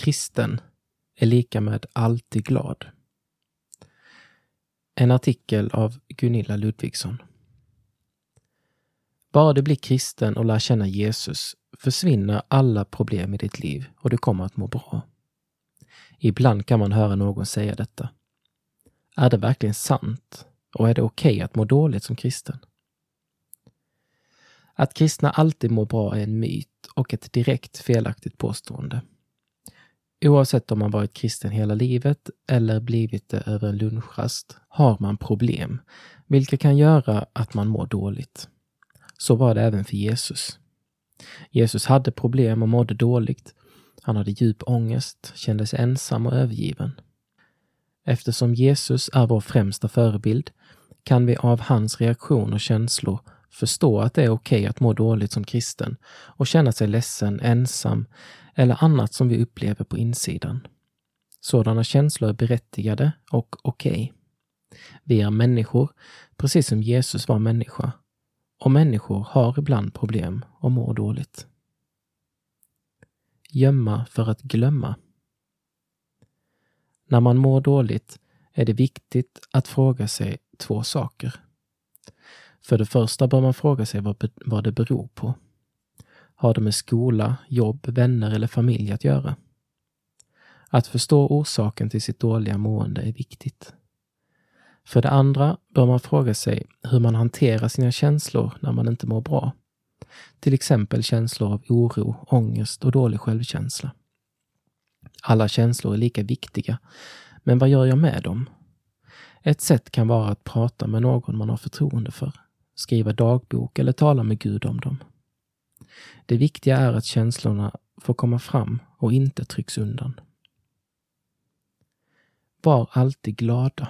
kristen är lika med alltid glad. En artikel av Gunilla Ludvigsson. Bara du blir kristen och lär känna Jesus försvinner alla problem i ditt liv och du kommer att må bra. Ibland kan man höra någon säga detta. Är det verkligen sant? Och är det okej att må dåligt som kristen? Att kristna alltid mår bra är en myt och ett direkt felaktigt påstående. Oavsett om man varit kristen hela livet eller blivit det över en lunchrast har man problem, vilka kan göra att man mår dåligt. Så var det även för Jesus. Jesus hade problem och mådde dåligt. Han hade djup ångest, kände sig ensam och övergiven. Eftersom Jesus är vår främsta förebild kan vi av hans reaktion och känslor förstå att det är okej att må dåligt som kristen och känna sig ledsen, ensam eller annat som vi upplever på insidan. Sådana känslor är berättigade och okej. Vi är människor, precis som Jesus var människa. Och människor har ibland problem och mår dåligt. Gömma för att glömma. När man mår dåligt är det viktigt att fråga sig 2 saker. För det första bör man fråga sig vad det beror på. Har det med skola, jobb, vänner eller familj att göra? Att förstå orsaken till sitt dåliga mående är viktigt. För det andra bör man fråga sig hur man hanterar sina känslor när man inte mår bra. Till exempel känslor av oro, ångest och dålig självkänsla. Alla känslor är lika viktiga, men vad gör jag med dem? Ett sätt kan vara att prata med någon man har förtroende för, skriva dagbok eller tala med Gud om dem. Det viktiga är att känslorna får komma fram och inte trycks undan. Var alltid glada.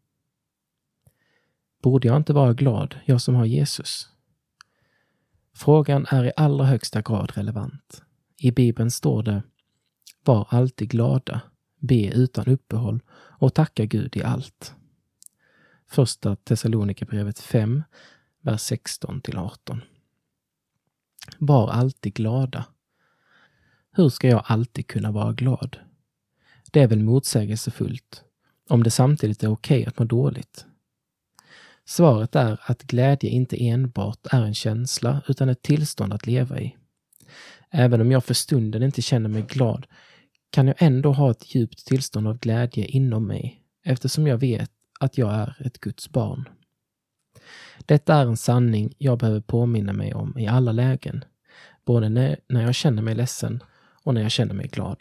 Borde jag inte vara glad, jag som har Jesus? Frågan är i allra högsta grad relevant. I Bibeln står det: var alltid glada, be utan uppehåll och tacka Gud i allt. Första Thessalonikerbrevet 5, vers 16-18. Var alltid glada. Hur ska jag alltid kunna vara glad? Det är väl motsägelsefullt, om det samtidigt är okej att må dåligt. Svaret är att glädje inte enbart är en känsla utan ett tillstånd att leva i. Även om jag för stunden inte känner mig glad kan jag ändå ha ett djupt tillstånd av glädje inom mig eftersom jag vet att jag är ett Guds barn. Detta är en sanning jag behöver påminna mig om i alla lägen, både när jag känner mig ledsen och när jag känner mig glad.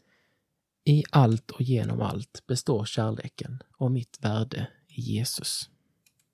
I allt och genom allt består kärleken och mitt värde i Jesus.